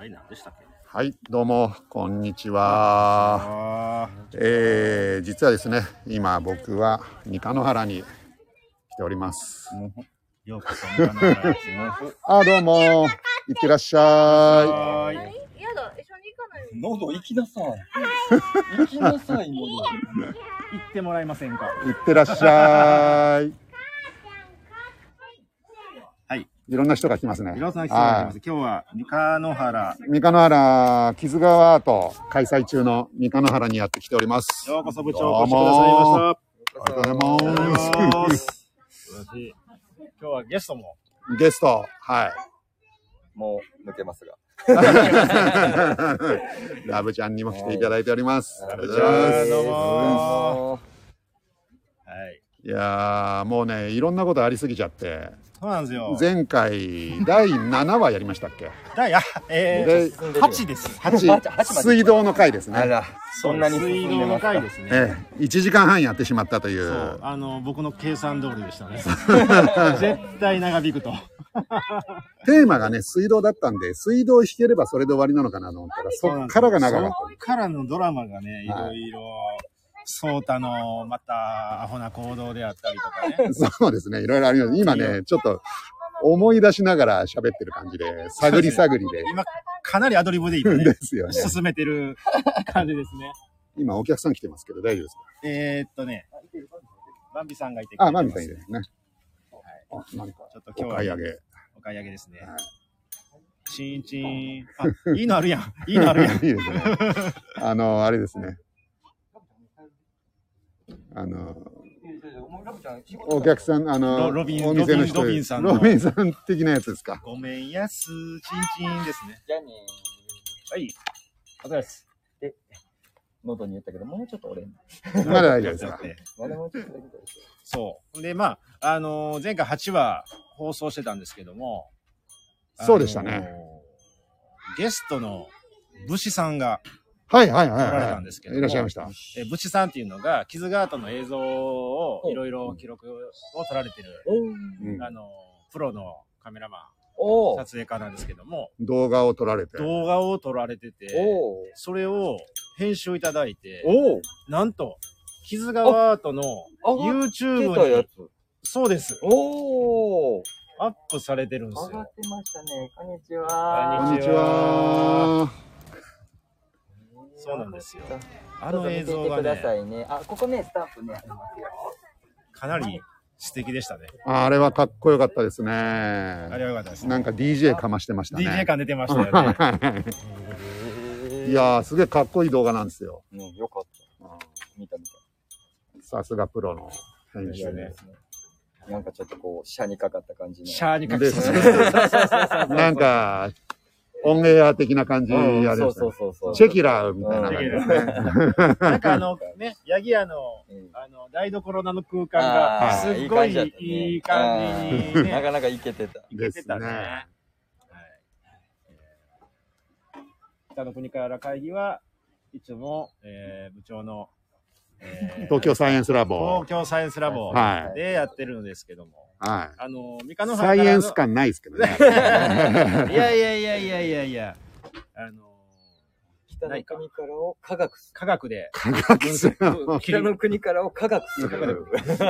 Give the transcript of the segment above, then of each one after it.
題何でしたっけ？ はい、どうもこんにちは。実はですね、今僕は三日野原に来ております。 ようこそ三日野原です。 あ、どうも、いってらっしゃい。 やだ、一緒に行かない。 喉行きなさい。行きなさい、喉。 行ってもらえませんか？ いってらっしゃい。 はい。 いろんな人が来ますね。 いろんな人が来ます。今日は三日野原。 三日野原木津川アート開催中の三日野原にやってきております。 ようこそ部長お越しくださいました。 ありがとうございます。 今日はゲストも。 ゲスト、はい。 もう抜けますが。 ラブちゃんにも来ていただいております。 ラブちゃん、どうも。はい。 いやー、もうね、いろんなことありすぎちゃって。 そうなんですよ。 前回第7話やりましたっけ ？8です。 8水道の回ですね。 あら、そんなに水道の回ですね。 1時間半やってしまったという。 そう、僕の計算通りでしたね。絶対長引くと。 テーマがね、水道だったんで、水道を弾ければそれで終わりなのかなと思ったら、そっからが長かった。 そっからのドラマがね、いろいろ。ソータのまたアホな行動であったりとかね。 そうですね、いろいろあります。今ね、ちょっと思い出しながら喋ってる感じで、探り探りで。 今、かなりアドリブで今ね、 ですよね。 進めてる感じですね。 今、お客さん来てますけど、大丈夫ですか？ バンビさんがいてくれてます。 あ、 バンビさんいるね。 はい。 なんか、 ちょっと今日はお買い上げですね。チンチン。あ、いいのあるやん。いいのあるやん。 いいですね。あれですね。お客さん、 ロビンさんのロビンさん的なやつですか？ ごめんやす、チンチンですね。 じゃあねはい。お疲れです。 で、喉に言ったけど、もうちょっと俺。 まだ大丈夫ですか？ まだもうちょっとだけ。 そう。で、まあ、前回8話放送してたんですけども。 そうでしたね。 ゲストの武士さんが、 はい。 来られたんですけども、 いらっしゃいました。 武士さんっていうのが、木津川との映像をいろいろ記録を撮られてる、プロのカメラマン、撮影家なんですけども、 動画を撮られてて、それを編集いただいて、なんと、木津川アートの YouTube に、そうです。アップされてるんですよ。 上がってましたね。こんにちは。 こんにちは。 そうなんですよ。映像がね、 ここね、スタンプね、ありますよ。 かなり素敵でしたね。 あれはかっこよかったですね。 あれはよかったですね。 なんか DJ かましてましたね。 DJ 感出てましたよね。 いやー、すげえかっこいい動画なんですよ。 よかった。見た。 さすがプロの編集ね。 なんかちょっとこう、シャにかかった感じの。 シャにかかった。 なんか、オンエア的な感じやですね。 そう。 チェキラーみたいな感じですね。 なんかヤギ屋の、台所の空間が、すっごいいい感じに、 なかなかいけてた。 ですね。 北の国から会議はいつも、部長の、 東京サイエンスラボでやってるんですけども、 はい。 三日野原サイエンス感ないですけどね。 いや。 北の国からを科学する。 科学で。 北の国からを科学する。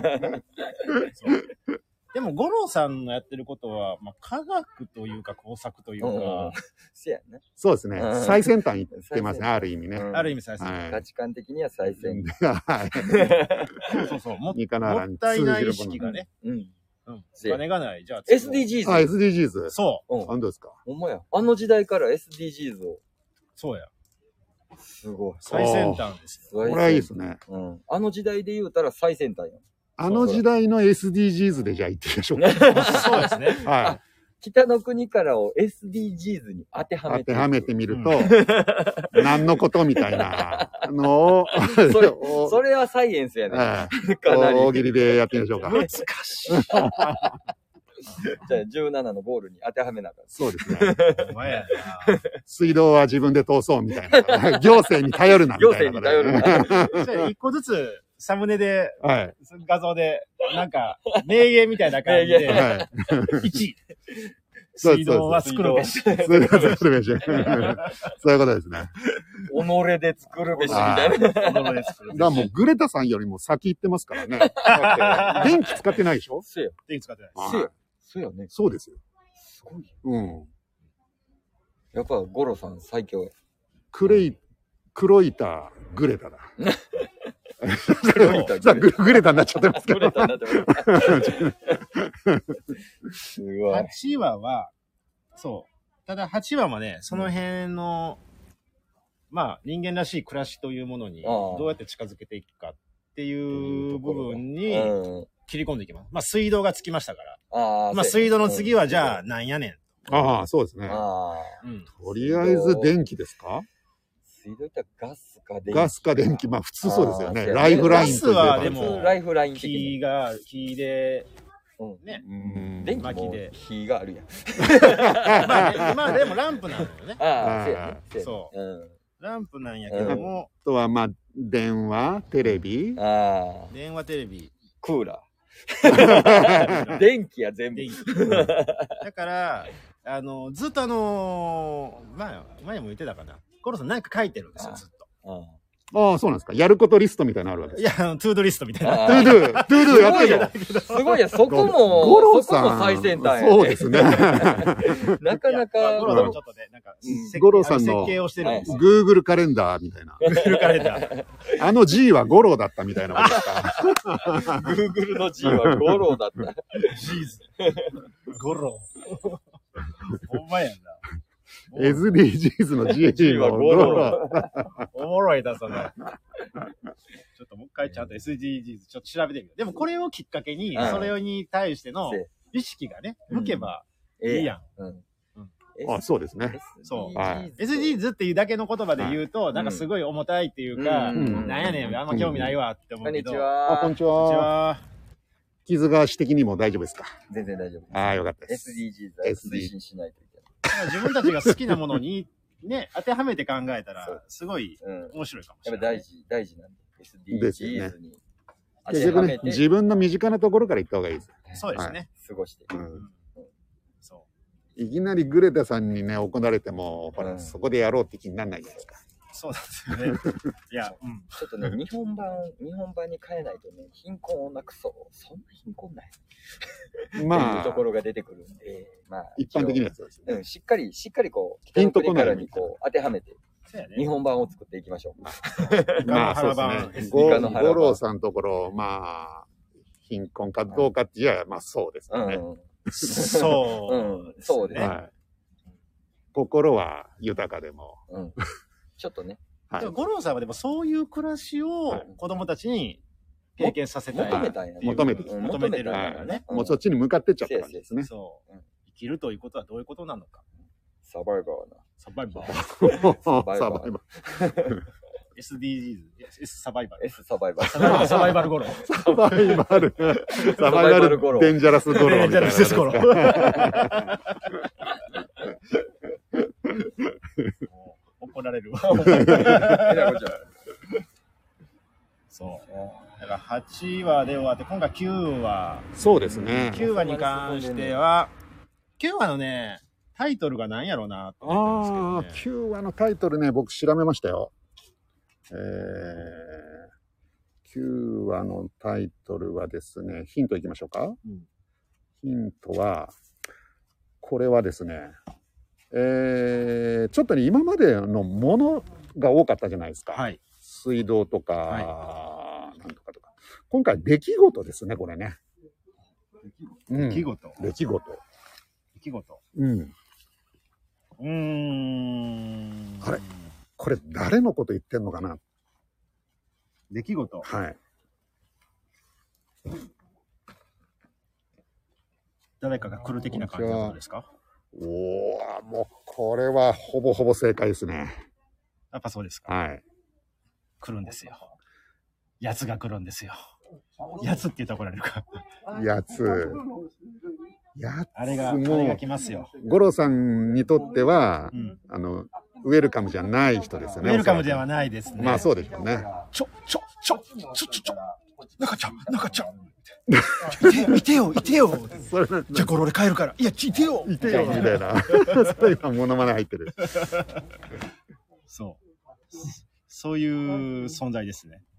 でも、五郎さんのやってることは、まあ、科学というか工作というか。 そうですね。最先端行ってますね、ある意味ね。 ある意味最先端。 価値観的には最先端。 そう。もったいない意識がね。お金がない。じゃあ、 SDGs。 SDGs。 そう。 何ですか？ ほんまや。あの時代から SDGs を。 そうや。 すごい。 最先端ですよ。これはいいですね。 あの時代で言うたら最先端や。 あの時代の SDGs でじゃあ言ってみましょうか。 そうですね。 はい。 北の国からを SDGs に当てはめてみると、何のことみたいなのを。 それはサイエンスやね。 かなり。大喜利でやってみましょうか。 難しい。 じゃあ17のゴールに当てはめなかった。 そうですね。水道は自分で通そうみたいな。行政に頼るなみたいな。 行政に頼るな。 じゃあ一個ずつサムネで、画像で、なんか、名言みたいな感じで、1、 水道は作るべし。 水道は作るべし。そういうことですね。 己で作るべしみたいな。 だからもうグレタさんよりも先行ってますからね。だって電気使ってないでしょ？ そうよ。 電気使ってない。 そうよね。 そうですよ。 すごい。 うん。 やっぱゴロさん最強や。 黒いたグレタだ。グレタになっちゃってますけど。 グレタになってます。すごい。 8話は、そう。ただ8話もね、その辺の、まあ人間らしい暮らしというものにどうやって近づけていくかっていう部分に切り込んでいきます。まあ水道がつきましたから。まあ水道の次はじゃあなんやねん。 ああ、そうですね。とりあえず電気ですか？ 水道ってガスか電気。 ガスか電気。まあ普通そうですよね。ライフラインといえば。 ガスはでも、 ライフライン木で、ね。 電気も火があるやん。 まあでもランプなのよね。 そう。 ランプなんやけども。 あとはまあ、電話、テレビ。 電話、テレビ。 クーラー。電気や全部。 だから、ずっと前も言ってたかな。ゴロさん何か書いてるんですよ、ずっと。 ああ、そうなんですか。やることリストみたいなのあるわけですか。いや、トゥードリストみたいな。 トゥードゥやってるよ。すごいや、そこも、 ゴロさん。 最先端そうですね。 なかなか、 ゴロさんもちょっとね、なんか、 ゴロさんの Google カレンダーみたいな。 Google カレンダー。 G はゴロだったみたいなことですか。 Google の G はゴロだった。 ゴロ。ほんまやんな。 SDGs の G はゴロ。 おもろいな、その。ちょっともう一回ちゃんと SDGs ちょっと調べてみよう。でもこれをきっかけに、それに対しての意識がね、向けばいいやん。 あ、そうですね。 そう。SDGs っていうだけの言葉で言うと、なんかすごい重たいっていうか、なんやねん、あんま興味ないわって思うけど。 こんにちは。 こんにちは。傷が指的にも大丈夫ですか？ 全然大丈夫です。 ああ、よかったです。 SDGs は推進しないといけない。 自分たちが好きなものにね、当てはめて考えたら、すごい面白いかもしれない。 やっぱ大事なんで。SDGs に結局ね、自分の身近なところから行った方がいいです。 そうですね。 過ごして。 いきなりグレタさんにね、行われても、ほら、そこでやろうって気にならないじゃないですか。 そうなんですよね。いや、 ちょっとね、日本版に変えないとね、貧困をなくそう。そんな貧困ない。まあ、っていうところが出てくるんで、まあ、 一般的なやつですね。 しっかりこう、北の国からにこう、当てはめて、日本版を作っていきましょう。 まあ、そうですね。ゴロさんのところ、まあ、貧困かどうかって言えば、まあ、そうですよね。 そうですね。 心は豊かでも。 ちょっとね。 ゴロさんはでもそういう暮らしを子供たちに経験させたい。 求めてるからね。 もうそっちに向かってっちゃった感じですね。 そう。生きるということはどういうことなのか。 サバイバーな。 サバイバー。SDGs。S サバイバル。 S サバイバル。 サバイバルゴロ。 サバイバルデンジャラスゴロ。 デンジャラスゴロ。怒られるわ。そう。だから8話で終わって、今回9話。 そうですね。 9話に関しては、9話のね、タイトルが何やろうなと思ってるんですけど、ね。 9話のタイトルね、僕調べましたよ。9話のタイトルはですね、ヒントいきましょうか。ヒントは、これはですね、ちょっとね、今までのものが多かったじゃないですか。 はい、 水道とか、なんとかとか。今回、出来事ですね、これね。 出来事。 あれこれ、誰のこと言ってんのかな？ 出来事。 はい。 誰かが来る的な感じのことですか？ おー、もうこれはほぼほぼ正解ですね。 やっぱそうですか。 はい。 来るんですよ。やつが来るんですよ。やつって言ったら怒られるか。 やつあれが来ますよ。 ゴロさんにとっては、ウェルカムじゃない人ですよね。 ウェルカムではないですね。 まあそうでしょうね。 中ちゃん。いてよ。じゃあこれ俺帰るから。いや、いてよみたいな。それ今モノマネ入ってる。 そういう存在ですね。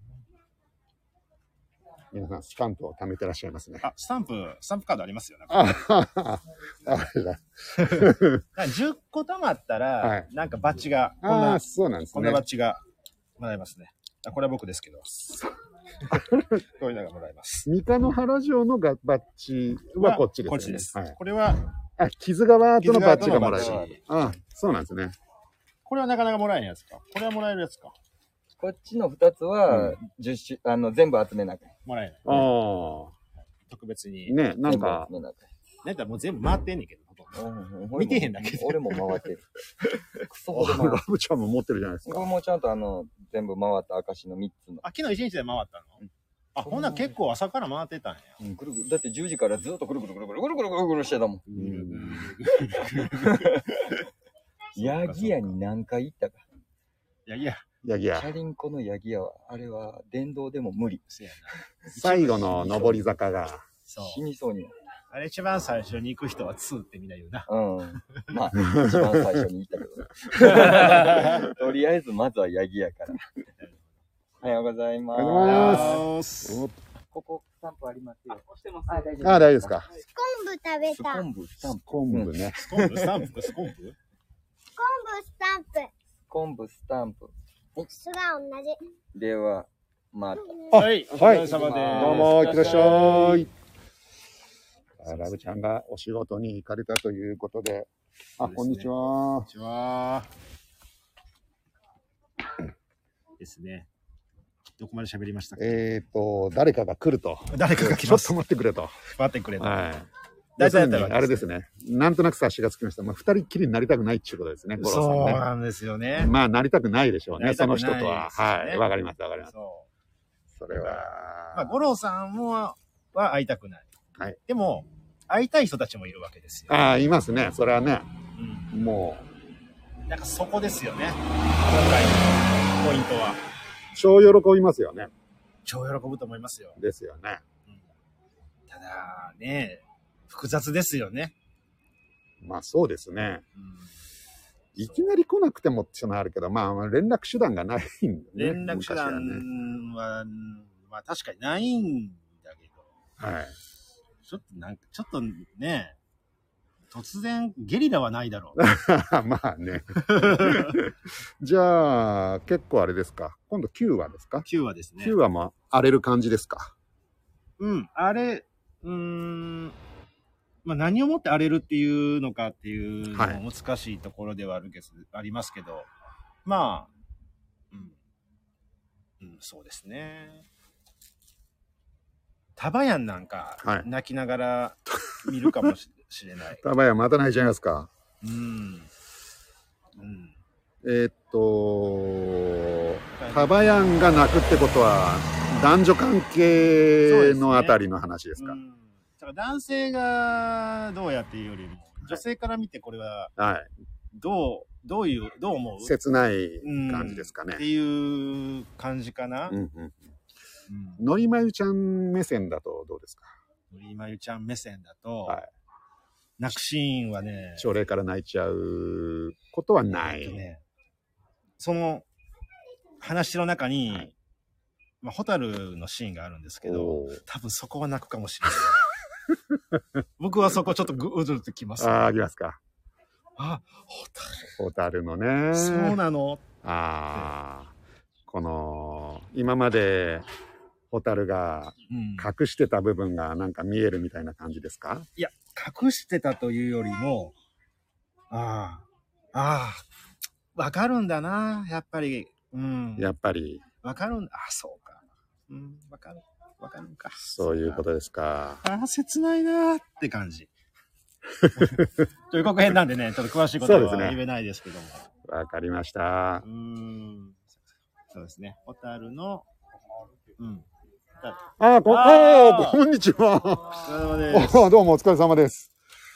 皆さんスタンプを貯めてらっしゃいますね。 スタンプカードありますよね。 あれだ。 10個貯まったら、なんかバッジが、 そうなんですね。 こんなバッジがもらえますね。これは僕ですけど。こういうのがもらえます。 三日野原城のバッジはこっちですね。 こっちです。これは、 木津川アートのバッジがもらえる。そうなんですね。 これはなかなかもらえないやつか。これはもらえるやつか。 こっちの2つは、全部集めなきゃ。 もらえない。特別に。 ね、なんか。 なんかもう全部回ってんねんけど。見てへんだけど。 俺も回ってる。 クソほど回る。ラブちゃんも持ってるじゃないですか。 僕もちゃんと全部回った証の3つの。 昨日1日で回ったの？ほんな結構朝から回ってたんや。 だって10時からずっとぐるぐるしてたもん。ヤギ屋に何回行ったか。 ヤギ屋。 チャリンコのヤギ屋は、あれは電動でも無理。 最後の上り坂が。 死にそうになった。 あれ一番最初に行く人は2ってみんな言うな。 まあ、一番最初に行ったけど。とりあえずまずはヤギ屋から。おはようございます。 おはようございます。 ここスタンプありますよ。 大丈夫ですか。 スコンブ食べた。 昆布ね。 スコンブスタンプ。 昆布スタンプ。 すが同じ。 では、また。はい。お疲れ様です。 どうも、いってらっしゃい。ラブちゃんがお仕事に行かれたということで。こんにちは。 こんにちは。ですね。どこまで喋りましたか？ 誰かが来ると。 誰かが来ます。 ちょっと待ってくれと。 待ってくれと。 大体あれですね。なんとなく察しがつきました。二人きりになりたくないっていうことですね。 そうなんですよね。 まあ、なりたくないでしょうね。その人とは。はい。わかります。それは。 まあ、五郎さんは会いたくない。 はい。 でも、会いたい人たちもいるわけですよ。 いますね。それはね。もう。なんかそこですよね。今回のポイントは。 超喜びますよね。 超喜ぶと思いますよ。 ですよね。 ただね、複雑ですよね。 まあそうですね。いきなり来なくてもっていうのはあるけど、まあ連絡手段がないんでね。連絡手段は、まあ確かにないんだけど。 はい。 ちょっとね、突然ゲリラはないだろう。 まあね。じゃあ、結構あれですか。今度9話ですか ?9 話ですね。 9話も荒れる感じですか。 まあ何をもって荒れるっていうのかっていうのも難しいところではありますけど、まあ、そうですね。タバヤンなんか泣きながら見るかもしれない。 タバヤンまた泣いちゃいますか。タバヤンが泣くってことは男女関係のあたりの話ですか。 だから男性がどうやっていうよりも、女性から見てこれはどう思う？ 切ない感じですかね。 っていう感じかな。 のりまゆちゃん目線だとどうですか？ のりまゆちゃん目線だと、泣くシーンはね、 朝礼から泣いちゃうことはない。 その話の中に、ホタルのシーンがあるんですけど、多分そこは泣くかもしれない。僕はそこちょっとうずるときます。 きますか。 ホタルのね。 そうなの。 この今までホタルが隠してた部分がなんか見えるみたいな感じですか？ いや、隠してたというよりも、わかるんだな、やっぱり。 やっぱり。 わかるんだ。そうか。わかるんか。 そういうことですか。 切ないなって感じ。予告編なんでね、ちょっと詳しいことは言えないですけども。 わかりました。 そうですね。ホタルの、 こんにちは。 お疲れ様です。 どうもお疲れ様です。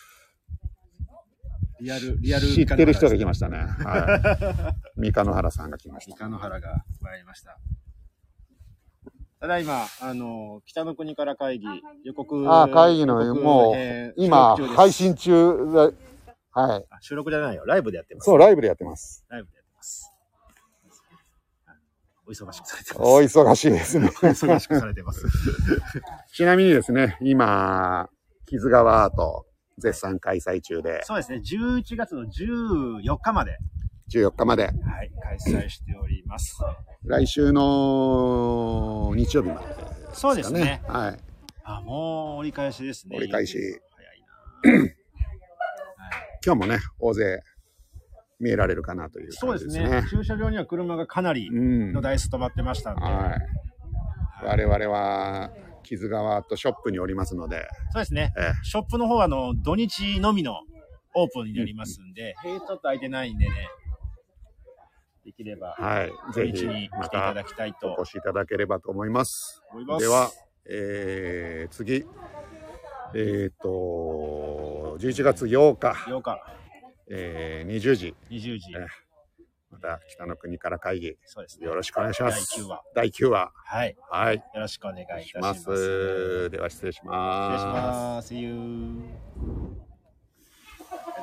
リアル。 知ってる人が来ましたね。三日野原さんが来ました。 三日野原が参りました。 ただいま、北の国から会議、予告。 会議の、もう、今、配信中で、はい。 収録じゃないよ。ライブでやってます。 そう、ライブでやってます。 ライブでやってます。お忙しくされてます。 お忙しいですね。 お忙しくされてます。 ちなみにですね、今、木津川アート、絶賛開催中で。 そうですね、11月の14日まで。 14日まで。 はい、開催しております。 来週の日曜日まで、ね。 そうですね。 はい。 もう折り返しですね。 折り返し。 早いな。 今日もね、大勢見えられるかなという感じですね。 そうですね。駐車場には車がかなりの台数止まってましたんで。 はい。我々は、木津川とショップにおりますので。 そうですね。ショップの方は土日のみのオープンになりますんで、ちょっと空いてないんでね。できれば、 はい、ぜひまたお越しいただければと思います。では、次、11月8日、20時、また北の国から会議、 そうですね、 よろしくお願いします。 第9話、 はい、 よろしくお願いいたします。 では失礼します。 失礼します。See you.